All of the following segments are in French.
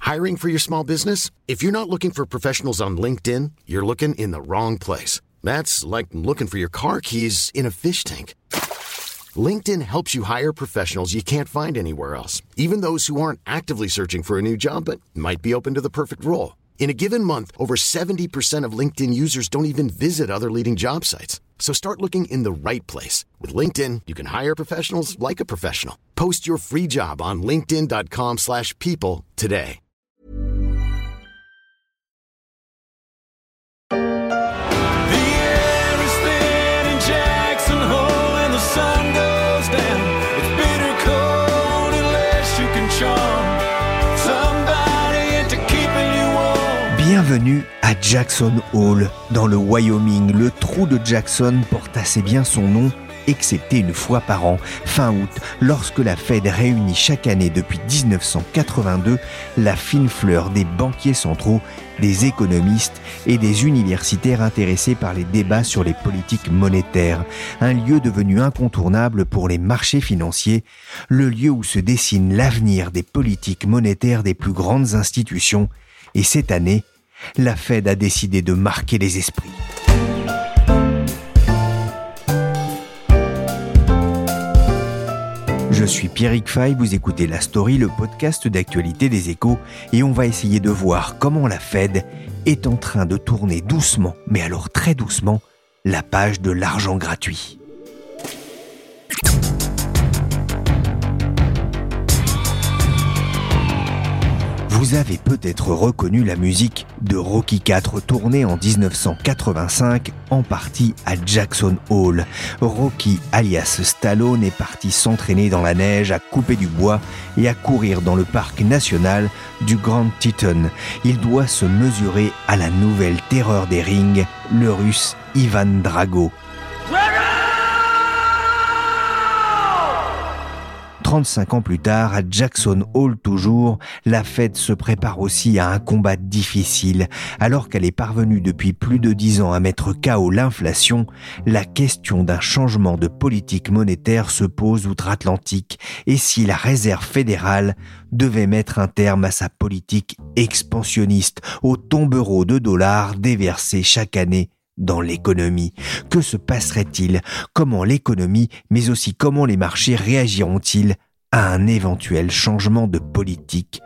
Hiring for your small business? If you're not looking for professionals on LinkedIn, you're looking in the wrong place. That's like looking for your car keys in a fish tank. LinkedIn helps you hire professionals you can't find anywhere else, even those who aren't actively searching for a new job but might be open to the perfect role. In a given month, over 70% of LinkedIn users don't even visit other leading job sites. So start looking in the right place. With LinkedIn, you can hire professionals like a professional. Post your free job on linkedin.com/people today. Bienvenue à Jackson Hole, dans le Wyoming. Le trou de Jackson porte assez bien son nom, excepté une fois par an, fin août, lorsque la Fed réunit chaque année depuis 1982 la fine fleur des banquiers centraux, des économistes et des universitaires intéressés par les débats sur les politiques monétaires. Un lieu devenu incontournable pour les marchés financiers, le lieu où se dessine l'avenir des politiques monétaires des plus grandes institutions. Et cette année, la Fed a décidé de marquer les esprits. Je suis Pierrick Fay, vous écoutez La Story, le podcast d'actualité des Échos, et on va essayer de voir comment la Fed est en train de tourner doucement, mais alors très doucement, la page de l'argent gratuit. Vous avez peut-être reconnu la musique de Rocky IV tournée en 1985, en partie à Jackson Hole. Rocky, alias Stallone, est parti s'entraîner dans la neige, à couper du bois et à courir dans le parc national du Grand Teton. Il doit se mesurer à la nouvelle terreur des rings, le Russe Ivan Drago. 35 ans plus tard, à Jackson Hole toujours, la Fed se prépare aussi à un combat difficile. Alors qu'elle est parvenue depuis plus de 10 ans à mettre KO l'inflation, la question d'un changement de politique monétaire se pose outre-Atlantique. Et si la Réserve fédérale devait mettre un terme à sa politique expansionniste, aux tombereaux de dollars déversés chaque année dans l'économie? Que se passerait-il? Comment l'économie, mais aussi comment les marchés réagiront-ils à un éventuel changement de politique?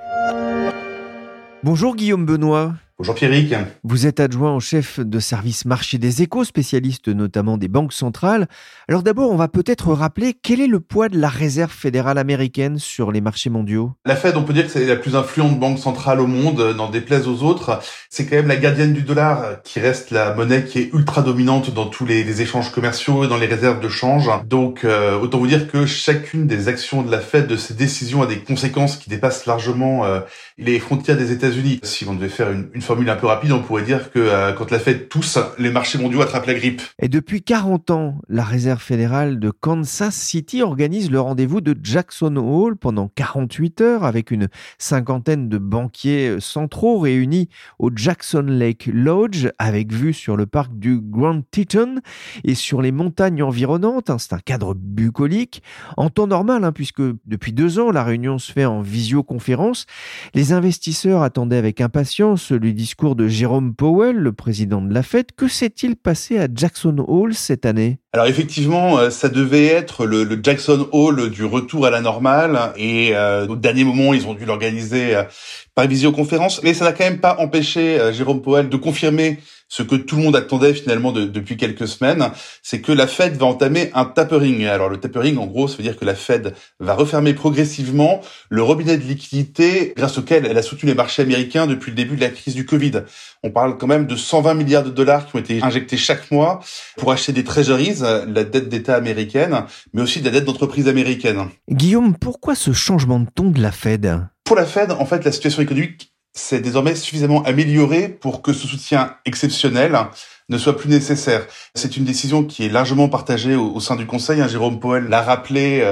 Bonjour Guillaume Benoît. Bonjour Pierrick. Vous êtes adjoint en chef de service marché des Échos, spécialiste notamment des banques centrales. Alors d'abord, on va peut-être rappeler quel est le poids de la Réserve fédérale américaine sur les marchés mondiaux. La Fed, on peut dire que c'est la plus influente banque centrale au monde, n'en déplaise aux autres. C'est quand même la gardienne du dollar, qui reste la monnaie qui est ultra dominante dans tous les échanges commerciaux et dans les réserves de change. Donc autant vous dire que chacune des actions de la Fed, de ses décisions, a des conséquences qui dépassent largement les frontières des États-Unis. Si on devait faire une formule un peu rapide, on pourrait dire que quand la Fed tousse, les marchés mondiaux attrapent la grippe. Et depuis 40 ans, la Réserve fédérale de Kansas City organise le rendez-vous de Jackson Hole pendant 48 heures avec une cinquantaine de banquiers centraux réunis au Jackson Lake Lodge avec vue sur le parc du Grand Teton et sur les montagnes environnantes. C'est un cadre bucolique. En temps normal, puisque depuis 2 ans, la réunion se fait en visioconférence, les investisseurs attendaient avec impatience le discours de Jérôme Powell, le président de la Fed. Que s'est-il passé à Jackson Hole cette année? Alors effectivement, ça devait être le Jackson Hole du retour à la normale et au dernier moment, ils ont dû l'organiser par visioconférence. Mais ça n'a quand même pas empêché Jérôme Powell de confirmer ce que tout le monde attendait finalement depuis quelques semaines, c'est que la Fed va entamer un tapering. Alors le tapering, en gros, ça veut dire que la Fed va refermer progressivement le robinet de liquidité grâce auquel elle a soutenu les marchés américains depuis le début de la crise du Covid. On parle quand même de 120 milliards de dollars qui ont été injectés chaque mois pour acheter des treasuries, la dette d'État américaine, mais aussi de la dette d'entreprise américaine. Guillaume, pourquoi ce changement de ton de la Fed? Pour la Fed, en fait, la situation économique s'est désormais suffisamment améliorée pour que ce soutien exceptionnel ne soit plus nécessaire. C'est une décision qui est largement partagée au sein du Conseil. Jérôme Powell l'a rappelé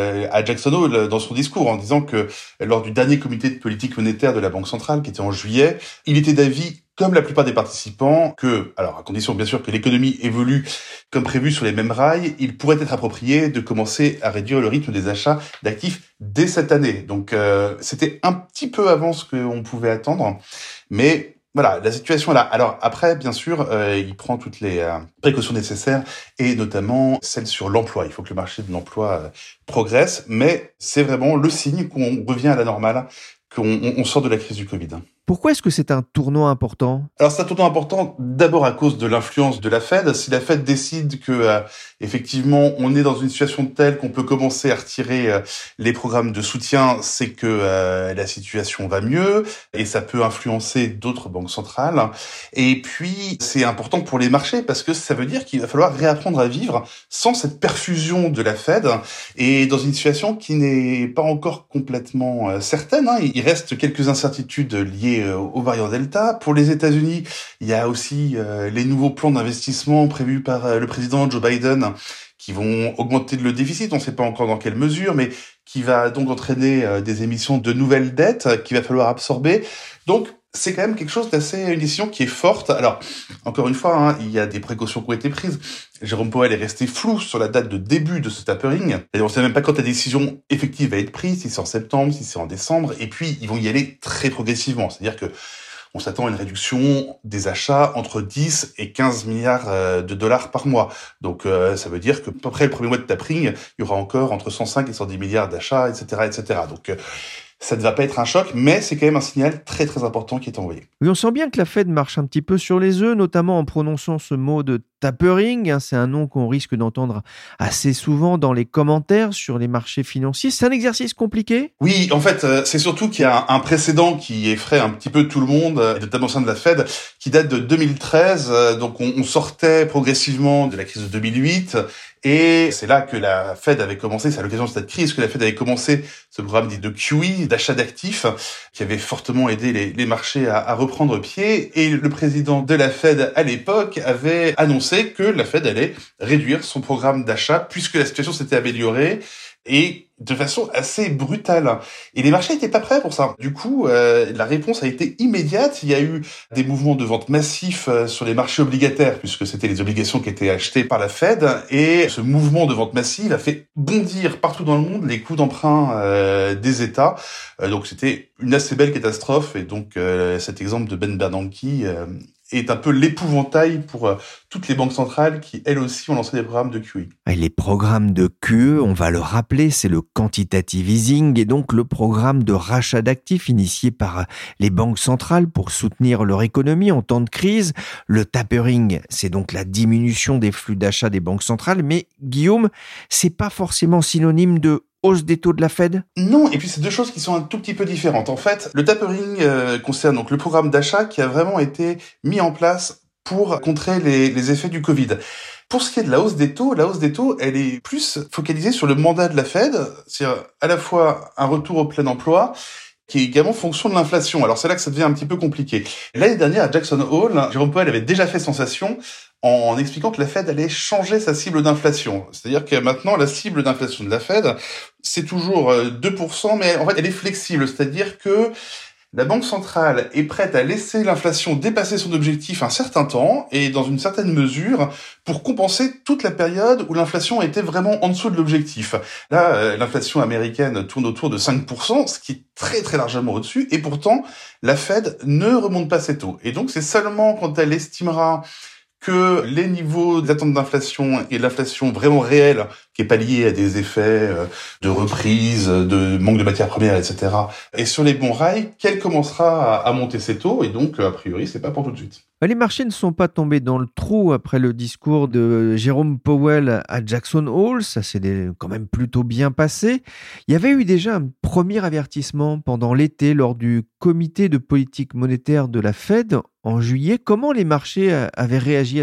à Jackson Hole dans son discours en disant que lors du dernier comité de politique monétaire de la Banque centrale, qui était en juillet, il était d'avis, comme la plupart des participants, que, alors à condition bien sûr que l'économie évolue comme prévu sur les mêmes rails, il pourrait être approprié de commencer à réduire le rythme des achats d'actifs dès cette année. Donc c'était un petit peu avant ce qu'on pouvait attendre, mais voilà, la situation est là. Alors après, bien sûr, il prend toutes les précautions nécessaires, et notamment celles sur l'emploi. Il faut que le marché de l'emploi progresse, mais c'est vraiment le signe qu'on revient à la normale, qu'on sort de la crise du Covid. Pourquoi est-ce que c'est un tournant important ? Alors c'est un tournant important d'abord à cause de l'influence de la Fed. Si la Fed décide que effectivement on est dans une situation telle qu'on peut commencer à retirer les programmes de soutien, c'est que la situation va mieux et ça peut influencer d'autres banques centrales. Et puis c'est important pour les marchés parce que ça veut dire qu'il va falloir réapprendre à vivre sans cette perfusion de la Fed et dans une situation qui n'est pas encore complètement certaine. Il reste quelques incertitudes liées au variant Delta. Pour les États-Unis, il y a aussi les nouveaux plans d'investissement prévus par le président Joe Biden qui vont augmenter le déficit. On ne sait pas encore dans quelle mesure, mais qui va donc entraîner des émissions de nouvelles dettes qu'il va falloir absorber. Donc, c'est quand même quelque chose une décision qui est forte. Alors, encore une fois, il y a des précautions qui ont été prises. Jérôme Powell est resté flou sur la date de début de ce tapering. Et on ne sait même pas quand la décision effective va être prise, si c'est en septembre, si c'est en décembre. Et puis, ils vont y aller très progressivement. C'est-à-dire que on s'attend à une réduction des achats entre 10 et 15 milliards de dollars par mois. Donc, ça veut dire que à peu près le premier mois de tapering, il y aura encore entre 105 et 110 milliards d'achats, etc., etc. Donc, ça ne va pas être un choc, mais c'est quand même un signal très très important qui est envoyé. Oui, on sent bien que la Fed marche un petit peu sur les œufs, notamment en prononçant ce mot de tapering. C'est un nom qu'on risque d'entendre assez souvent dans les commentaires sur les marchés financiers. C'est un exercice compliqué ? Oui, en fait, c'est surtout qu'il y a un précédent qui effraie un petit peu tout le monde, notamment au sein de la Fed, qui date de 2013. Donc on sortait progressivement de la crise de 2008. Et c'est là que la Fed avait commencé, c'est à l'occasion de cette crise que la Fed avait commencé ce programme dit de QE, d'achat d'actifs, qui avait fortement aidé les marchés à reprendre pied. Et le président de la Fed à l'époque avait annoncé que la Fed allait réduire son programme d'achat puisque la situation s'était améliorée et de façon assez brutale. Et les marchés n'étaient pas prêts pour ça. Du coup, la réponse a été immédiate. Il y a eu des mouvements de vente massifs sur les marchés obligataires, puisque c'était les obligations qui étaient achetées par la Fed. Et ce mouvement de vente massive a fait bondir partout dans le monde les coûts d'emprunt des États. Donc c'était une assez belle catastrophe. Et donc cet exemple de Ben Bernanke est un peu l'épouvantail pour toutes les banques centrales qui, elles aussi, ont lancé des programmes de QE. Et les programmes de QE, on va le rappeler, c'est le quantitative easing et donc le programme de rachat d'actifs initié par les banques centrales pour soutenir leur économie en temps de crise. Le tapering, c'est donc la diminution des flux d'achat des banques centrales. Mais Guillaume, c'est pas forcément synonyme de hausse des taux de la Fed ? Non, et puis c'est deux choses qui sont un tout petit peu différentes. En fait, le tapering concerne donc le programme d'achat qui a vraiment été mis en place pour contrer les effets du Covid. Pour ce qui est de la hausse des taux, elle est plus focalisée sur le mandat de la Fed, c'est-à-dire à la fois un retour au plein emploi, qui est également fonction de l'inflation. Alors c'est là que ça devient un petit peu compliqué. L'année dernière, à Jackson Hole, Jérôme Powell avait déjà fait sensation en expliquant que la Fed allait changer sa cible d'inflation. C'est-à-dire que maintenant, la cible d'inflation de la Fed, c'est toujours 2%, mais en fait, elle est flexible. C'est-à-dire que la Banque centrale est prête à laisser l'inflation dépasser son objectif un certain temps et dans une certaine mesure pour compenser toute la période où l'inflation était vraiment en dessous de l'objectif. Là, l'inflation américaine tourne autour de 5%, ce qui est très très largement au-dessus, et pourtant, la Fed ne remonte pas ses taux. Et donc, c'est seulement quand elle estimera que les niveaux d'attente d'inflation et l'inflation vraiment réelle, qui est pas liée à des effets de reprise, de manque de matières premières, etc., et sur les bons rails, qu'elle commencera à monter ses taux, et donc, a priori, c'est pas pour tout de suite. Les marchés ne sont pas tombés dans le trou après le discours de Jérôme Powell à Jackson Hole. Ça s'est quand même plutôt bien passé. Il y avait eu déjà un premier avertissement pendant l'été lors du comité de politique monétaire de la Fed en juillet. Comment les marchés avaient réagi à ce moment-là ?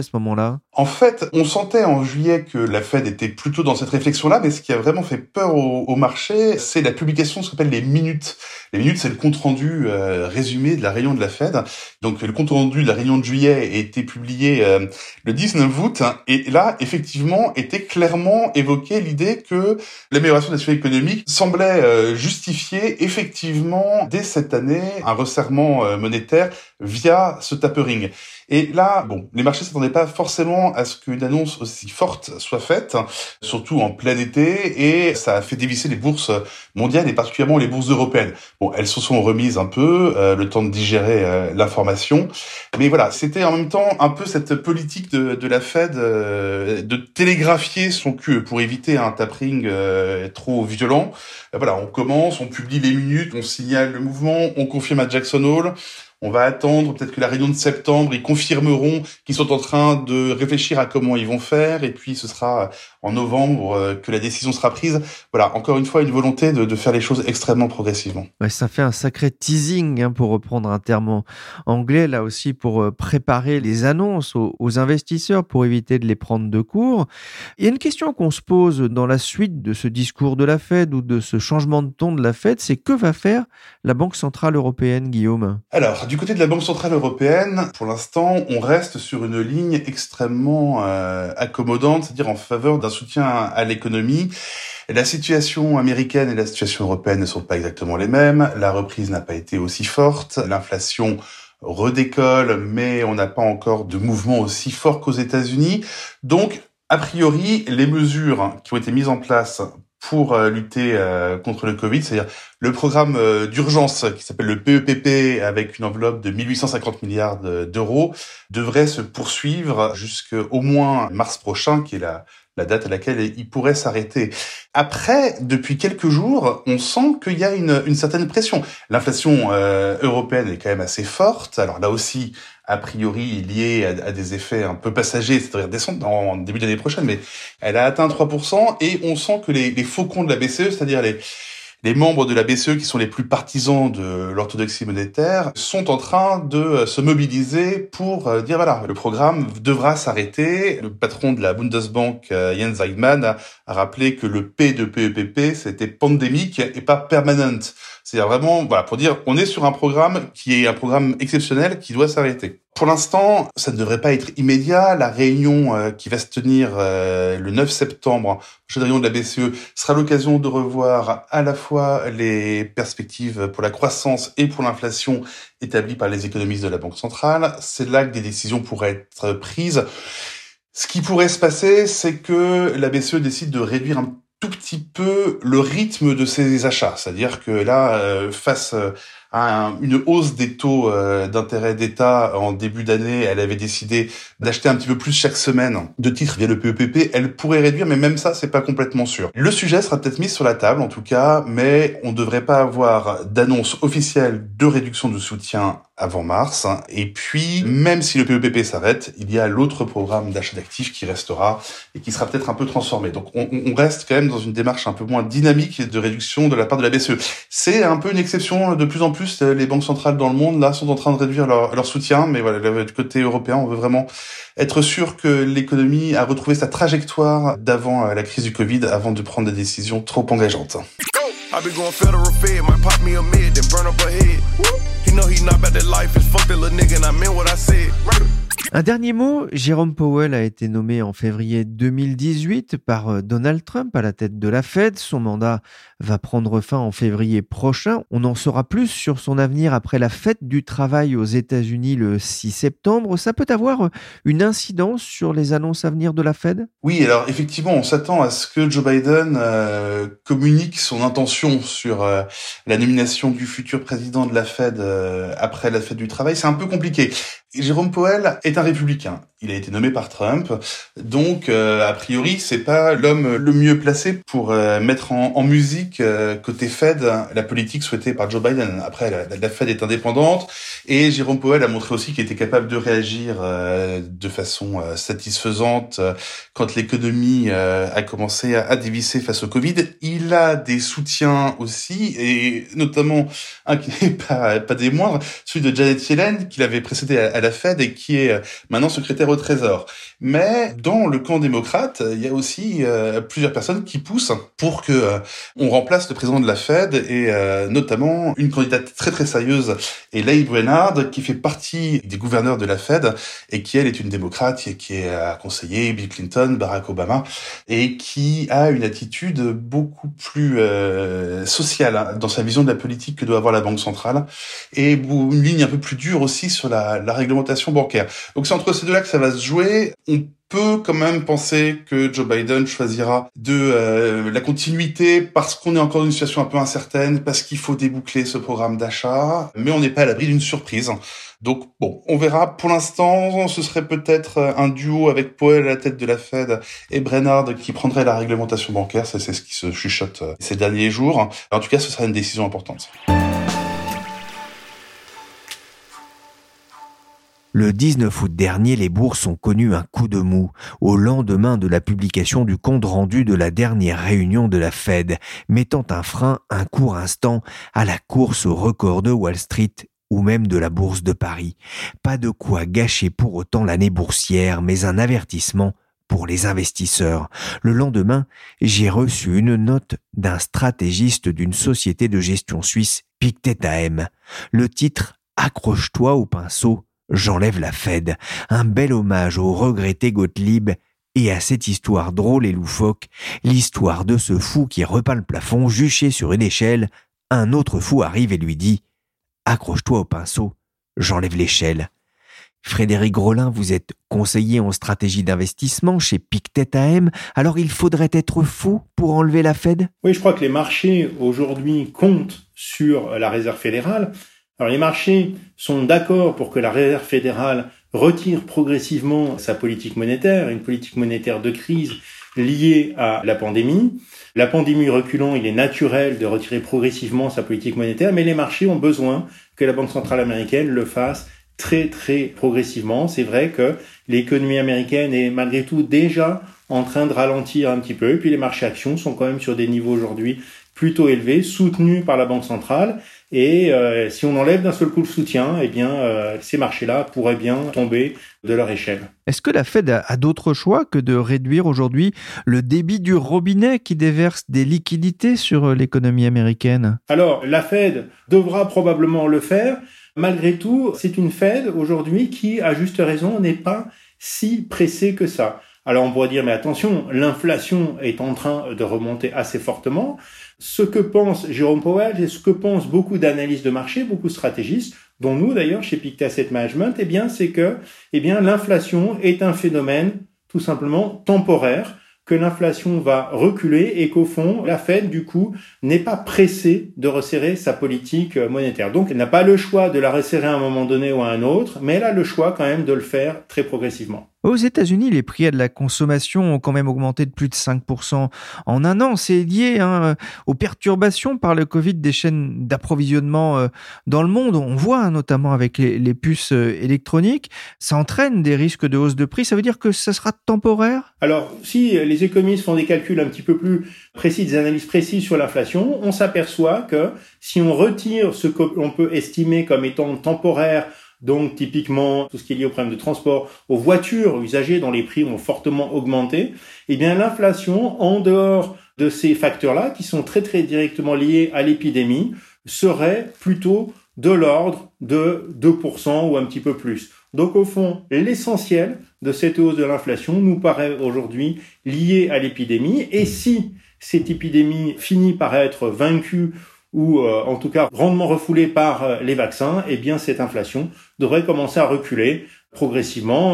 En fait, on sentait en juillet que la Fed était plutôt dans cette réflexion-là, mais ce qui a vraiment fait peur au marché, c'est la publication de ce qu'on appelle les minutes. Les minutes, c'est le compte-rendu résumé de la réunion de la Fed. Donc, le compte-rendu de la réunion de juillet a été publié le 19 août, et là, effectivement, était clairement évoquée l'idée que l'amélioration de la situation économique semblait justifier effectivement, dès cette année, un resserrement monétaire via ce tapering. Et là, bon, les marchés s'attendaient pas forcément à ce qu'une annonce aussi forte soit faite, surtout en plein été, et ça a fait dévisser les bourses mondiales et particulièrement les bourses européennes. Bon, elles se sont remises un peu, le temps de digérer l'information, mais voilà, c'était en même temps un peu cette politique de la Fed de télégraphier son QE pour éviter un tapering trop violent. Voilà, on commence, on publie les minutes, on signale le mouvement, on confirme à Jackson Hole. On va attendre peut-être que la réunion de septembre, ils confirmeront qu'ils sont en train de réfléchir à comment ils vont faire, et puis ce sera en novembre que la décision sera prise. Voilà, encore une fois, une volonté de faire les choses extrêmement progressivement. Ouais, ça fait un sacré teasing, pour reprendre un terme anglais, là aussi, pour préparer les annonces aux investisseurs, pour éviter de les prendre de court. Il y a une question qu'on se pose dans la suite de ce discours de la Fed ou de ce changement de ton de la Fed, c'est que va faire la Banque Centrale Européenne, Guillaume ? Alors, du côté de la Banque Centrale Européenne, pour l'instant, on reste sur une ligne extrêmement accommodante, c'est-à-dire en faveur d'un soutien à l'économie. La situation américaine et la situation européenne ne sont pas exactement les mêmes. La reprise n'a pas été aussi forte. L'inflation redécolle, mais on n'a pas encore de mouvement aussi fort qu'aux États-Unis. Donc, a priori, les mesures qui ont été mises en place pour lutter contre le Covid, c'est-à-dire le programme d'urgence qui s'appelle le PEPP avec une enveloppe de 1850 milliards d'euros devrait se poursuivre jusqu'au moins mars prochain, qui est la date à laquelle il pourrait s'arrêter. Après, depuis quelques jours, on sent qu'il y a une certaine pression. L'inflation européenne est quand même assez forte. Alors là aussi, a priori liée à des effets un peu passagers, c'est-à-dire descendre en début d'année prochaine, mais elle a atteint 3%, et on sent que les faucons de la BCE, c'est-à-dire les membres de la BCE qui sont les plus partisans de l'orthodoxie monétaire sont en train de se mobiliser pour dire voilà, le programme devra s'arrêter. Le patron de la Bundesbank, Jens Weidmann, a rappelé que le P de PEPP, c'était pandémique et pas permanent. C'est-à-dire vraiment, voilà, pour dire, on est sur un programme qui est un programme exceptionnel qui doit s'arrêter. Pour l'instant, ça ne devrait pas être immédiat. La réunion qui va se tenir le 9 septembre, la réunion de la BCE, sera l'occasion de revoir à la fois les perspectives pour la croissance et pour l'inflation établies par les économistes de la Banque centrale. C'est là que des décisions pourraient être prises. Ce qui pourrait se passer, c'est que la BCE décide de réduire un tout petit peu le rythme de ses achats. C'est-à-dire que là, face à une hausse des taux d'intérêt d'État en début d'année, elle avait décidé d'acheter un petit peu plus chaque semaine de titres via le PEPP. Elle pourrait réduire, mais même ça, c'est pas complètement sûr. Le sujet sera peut-être mis sur la table, en tout cas, mais on devrait pas avoir d'annonce officielle de réduction de soutien avant mars. Et puis, même si le PEPP s'arrête, il y a l'autre programme d'achat d'actifs qui restera et qui sera peut-être un peu transformé. Donc, on reste quand même dans une démarche un peu moins dynamique de réduction de la part de la BCE. C'est un peu une exception. De plus en plus, les banques centrales dans le monde, là, sont en train de réduire leur soutien. Mais voilà, du côté européen, on veut vraiment être sûr que l'économie a retrouvé sa trajectoire d'avant la crise du Covid, avant de prendre des décisions trop engageantes. I've been going federal fed, might pop me a mid, then burn up a head. He know he not about that life, it's fuck that little nigga, and I meant what I said. Un dernier mot, Jérôme Powell a été nommé en février 2018 par Donald Trump à la tête de la Fed. Son mandat va prendre fin en février prochain. On en saura plus sur son avenir après la fête du travail aux États-Unis le 6 septembre. Ça peut avoir une incidence sur les annonces à venir de la Fed ? Oui, alors effectivement, on s'attend à ce que Joe Biden communique son intention sur la nomination du futur président de la Fed après la fête du travail. C'est un peu compliqué. Jérôme Powell est un républicain. Il a été nommé par Trump, donc a priori c'est pas l'homme le mieux placé pour mettre en musique côté Fed la politique souhaitée par Joe Biden. Après la Fed est indépendante Et Jérôme Powell a montré aussi qu'il était capable de réagir de façon satisfaisante quand l'économie a commencé à dévisser face au Covid. Il a des soutiens aussi, et notamment un qui n'est pas des moindres, celui de Janet Yellen, qui l'avait précédé à la Fed et qui est maintenant secrétaire au Trésor. Mais dans le camp démocrate, il y a aussi plusieurs personnes qui poussent pour que on remplace le président de la Fed, et notamment une candidate très très sérieuse est Leigh Brainard, qui fait partie des gouverneurs de la Fed et qui elle est une démocrate et qui a conseillé Bill Clinton, Barack Obama, et qui a une attitude beaucoup plus sociale dans sa vision de la politique que doit avoir la Banque centrale, et une ligne un peu plus dure aussi sur la réglementation bancaire. Donc c'est entre ces deux-là que ça va se jouer. On peut quand même penser que Joe Biden choisira de la continuité parce qu'on est encore dans une situation un peu incertaine, parce qu'il faut déboucler ce programme d'achat, mais on n'est pas à l'abri d'une surprise. Donc bon, on verra. Pour l'instant, ce serait peut-être un duo avec Powell à la tête de la Fed et Brainard qui prendrait la réglementation bancaire. Ça, c'est ce qui se chuchote ces derniers jours. En tout cas, ce sera une décision importante. Le 19 août dernier, les bourses ont connu un coup de mou au lendemain de la publication du compte-rendu de la dernière réunion de la Fed, mettant un frein un court instant à la course au record de Wall Street ou même de la Bourse de Paris. Pas de quoi gâcher pour autant l'année boursière, mais un avertissement pour les investisseurs. Le lendemain, j'ai reçu une note d'un stratégiste d'une société de gestion suisse, Pictet AM. Le titre « Accroche-toi au pinceau ». J'enlève la Fed, un bel hommage au regretté Gottlieb et à cette histoire drôle et loufoque, l'histoire de ce fou qui repeint le plafond juché sur une échelle. Un autre fou arrive et lui dit « Accroche-toi au pinceau, j'enlève l'échelle ». Frédéric Grollin, vous êtes conseiller en stratégie d'investissement chez Pictet AM, alors il faudrait être fou pour enlever la Fed ? Oui, je crois que les marchés aujourd'hui comptent sur la Réserve fédérale. Alors les marchés sont d'accord pour que la Réserve fédérale retire progressivement sa politique monétaire, une politique monétaire de crise liée à la pandémie. La pandémie reculant, il est naturel de retirer progressivement sa politique monétaire, mais les marchés ont besoin que la Banque centrale américaine le fasse très très progressivement. C'est vrai que l'économie américaine est malgré tout déjà en train de ralentir un petit peu, et puis les marchés actions sont quand même sur des niveaux aujourd'hui plutôt élevés, soutenus par la Banque centrale. Et si on enlève d'un seul coup le soutien, eh bien, ces marchés-là pourraient bien tomber de leur échelle. Est-ce que la Fed a d'autres choix que de réduire aujourd'hui le débit du robinet qui déverse des liquidités sur l'économie américaine ? Alors, la Fed devra probablement le faire. Malgré tout, c'est une Fed aujourd'hui qui, à juste raison, n'est pas si pressée que ça. Alors on pourrait dire, mais attention, l'inflation est en train de remonter assez fortement. Ce que pense Jérôme Powell et ce que pensent beaucoup d'analystes de marché, beaucoup de stratégistes, dont nous d'ailleurs chez Pictet Asset Management, eh bien c'est que l'inflation est un phénomène tout simplement temporaire, que l'inflation va reculer et qu'au fond, la Fed, du coup, n'est pas pressée de resserrer sa politique monétaire. Donc, elle n'a pas le choix de la resserrer à un moment donné ou à un autre, mais elle a le choix quand même de le faire très progressivement. Aux États-Unis, les prix de la consommation ont quand même augmenté de plus de 5% en un an. C'est lié aux perturbations par le Covid des chaînes d'approvisionnement dans le monde. On voit notamment avec les puces électroniques, ça entraîne des risques de hausse de prix. Ça veut dire que ça sera temporaire ? Alors, si les économistes font des calculs un petit peu plus précis, des analyses précises sur l'inflation, on s'aperçoit que si on retire ce qu'on peut estimer comme étant temporaire, donc typiquement tout ce qui est lié au problème de transport, aux voitures usagées dont les prix ont fortement augmenté, eh bien l'inflation, en dehors de ces facteurs-là, qui sont très très directement liés à l'épidémie, serait plutôt de l'ordre de 2% ou un petit peu plus. Donc au fond, l'essentiel de cette hausse de l'inflation nous paraît aujourd'hui lié à l'épidémie, et si cette épidémie finit par être vaincue ou en tout cas grandement refoulée par les vaccins, eh bien cette inflation devrait commencer à reculer progressivement,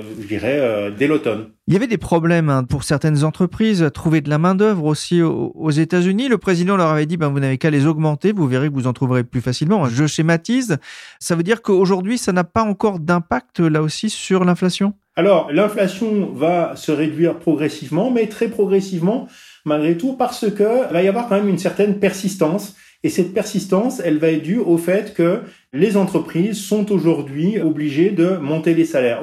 dès l'automne. Il y avait des problèmes pour certaines entreprises à trouver de la main-d'œuvre aussi aux États-Unis. Le président leur avait dit vous n'avez qu'à les augmenter, vous verrez que vous en trouverez plus facilement. Je schématise. Ça veut dire qu'aujourd'hui, ça n'a pas encore d'impact là aussi sur l'inflation ? Alors, l'inflation va se réduire progressivement, mais très progressivement malgré tout, parce que va y avoir quand même une certaine persistance Et cette persistance, elle va être due au fait que les entreprises sont aujourd'hui obligées de monter les salaires.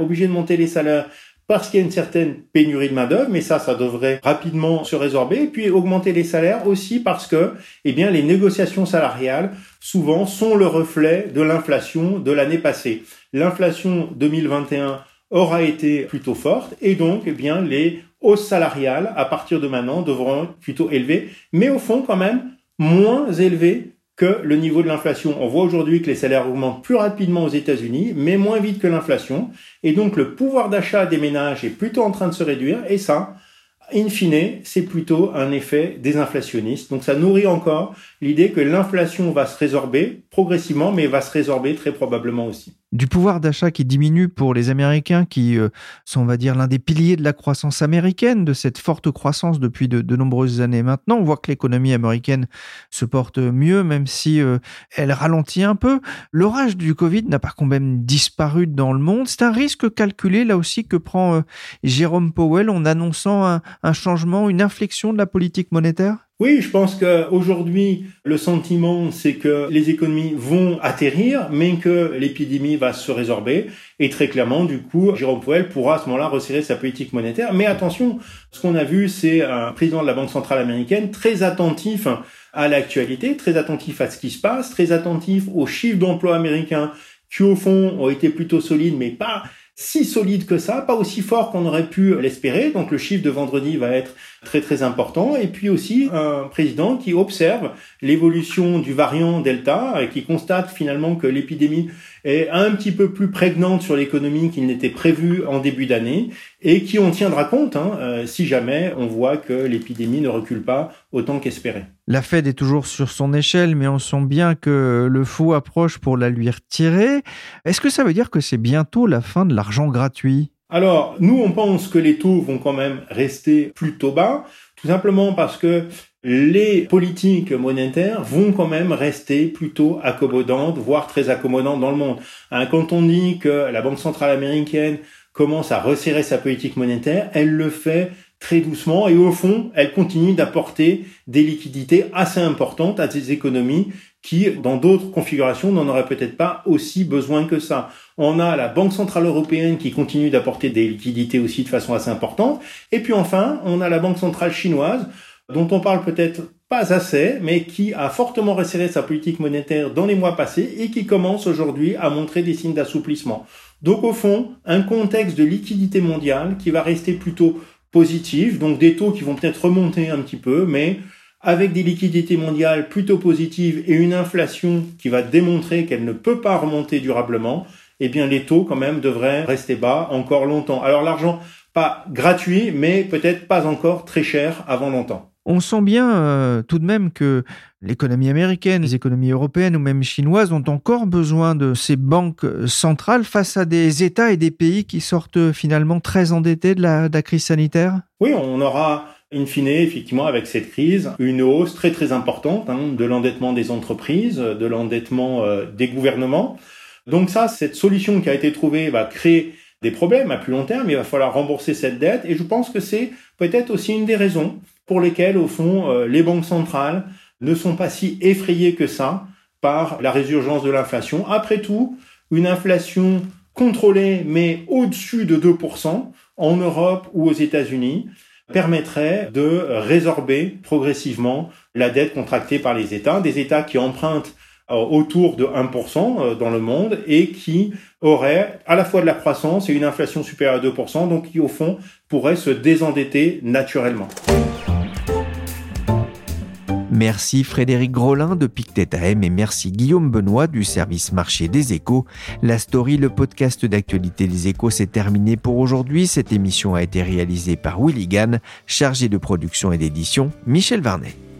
Parce qu'il y a une certaine pénurie de main-d'œuvre, mais ça devrait rapidement se résorber. Et puis augmenter les salaires aussi parce que, les négociations salariales, souvent, sont le reflet de l'inflation de l'année passée. L'inflation 2021 aura été plutôt forte et donc, les hausses salariales, à partir de maintenant, devront être plutôt élevées, mais au fond, quand même, moins élevées que le niveau de l'inflation. On voit aujourd'hui que les salaires augmentent plus rapidement aux États-Unis, mais moins vite que l'inflation. Et donc, le pouvoir d'achat des ménages est plutôt en train de se réduire. Et ça, in fine, c'est plutôt un effet désinflationniste. Donc, ça nourrit encore l'idée que l'inflation va se résorber progressivement, mais va se résorber très probablement aussi. Du pouvoir d'achat qui diminue pour les Américains, qui sont, on va dire, l'un des piliers de la croissance américaine, de cette forte croissance depuis de nombreuses années maintenant. On voit que l'économie américaine se porte mieux, même si elle ralentit un peu. L'orage du Covid n'a pas quand même disparu dans le monde. C'est un risque calculé, là aussi, que prend Jérôme Powell en annonçant un changement, une inflexion de la politique monétaire ? Oui, je pense qu'aujourd'hui, le sentiment, c'est que les économies vont atterrir, mais que l'épidémie va se résorber. Et très clairement, du coup, Jérôme Powell pourra à ce moment-là resserrer sa politique monétaire. Mais attention, ce qu'on a vu, c'est un président de la Banque centrale américaine très attentif à l'actualité, très attentif à ce qui se passe, très attentif aux chiffres d'emploi américains qui, au fond, ont été plutôt solides, mais pas si solide que ça, pas aussi fort qu'on aurait pu l'espérer. Donc le chiffre de vendredi va être très très important. Et puis aussi un président qui observe l'évolution du variant Delta et qui constate finalement que l'épidémie est un petit peu plus prégnante sur l'économie qu'il n'était prévu en début d'année et qui en tiendra compte si jamais on voit que l'épidémie ne recule pas autant qu'espéré. La Fed est toujours sur son échelle, mais on sent bien que le fou approche pour la lui retirer. Est-ce que ça veut dire que c'est bientôt la fin de l'argent gratuit ? Alors, nous, on pense que les taux vont quand même rester plutôt bas, tout simplement parce que les politiques monétaires vont quand même rester plutôt accommodantes, voire très accommodantes dans le monde. Quand on dit que la Banque centrale américaine commence à resserrer sa politique monétaire, elle le fait très doucement et au fond, elle continue d'apporter des liquidités assez importantes à des économies qui, dans d'autres configurations, n'en auraient peut-être pas aussi besoin que ça. On a la Banque centrale européenne qui continue d'apporter des liquidités aussi de façon assez importante. Et puis enfin, on a la Banque centrale chinoise, dont on parle peut-être pas assez, mais qui a fortement resserré sa politique monétaire dans les mois passés et qui commence aujourd'hui à montrer des signes d'assouplissement. Donc au fond, un contexte de liquidité mondiale qui va rester plutôt positif, donc des taux qui vont peut-être remonter un petit peu, mais avec des liquidités mondiales plutôt positives et une inflation qui va démontrer qu'elle ne peut pas remonter durablement, les taux quand même devraient rester bas encore longtemps. Alors l'argent, pas gratuit, mais peut-être pas encore très cher avant longtemps. On sent bien tout de même que l'économie américaine, les économies européennes ou même chinoises ont encore besoin de ces banques centrales face à des États et des pays qui sortent finalement très endettés de la crise sanitaire. Oui, on aura in fine, effectivement, avec cette crise, une hausse très très importante de l'endettement des entreprises, de l'endettement des gouvernements. Donc ça, cette solution qui a été trouvée va créer des problèmes à plus long terme. Il va falloir rembourser cette dette et je pense que c'est peut-être aussi une des raisons pour lesquelles, au fond, les banques centrales ne sont pas si effrayées que ça par la résurgence de l'inflation. Après tout, une inflation contrôlée, mais au-dessus de 2% en Europe ou aux États-Unis, permettrait de résorber progressivement la dette contractée par les États, des États qui empruntent autour de 1% dans le monde et qui auraient à la fois de la croissance et une inflation supérieure à 2%, donc qui au fond pourraient se désendetter naturellement. Merci Frédéric Grolin de Pictet AM et merci Guillaume Benoît du service marché des Échos. La Story, le podcast d'actualité des Échos, s'est terminé pour aujourd'hui. Cette émission a été réalisée par Willy Gann, chargé de production et d'édition Michel Varnet.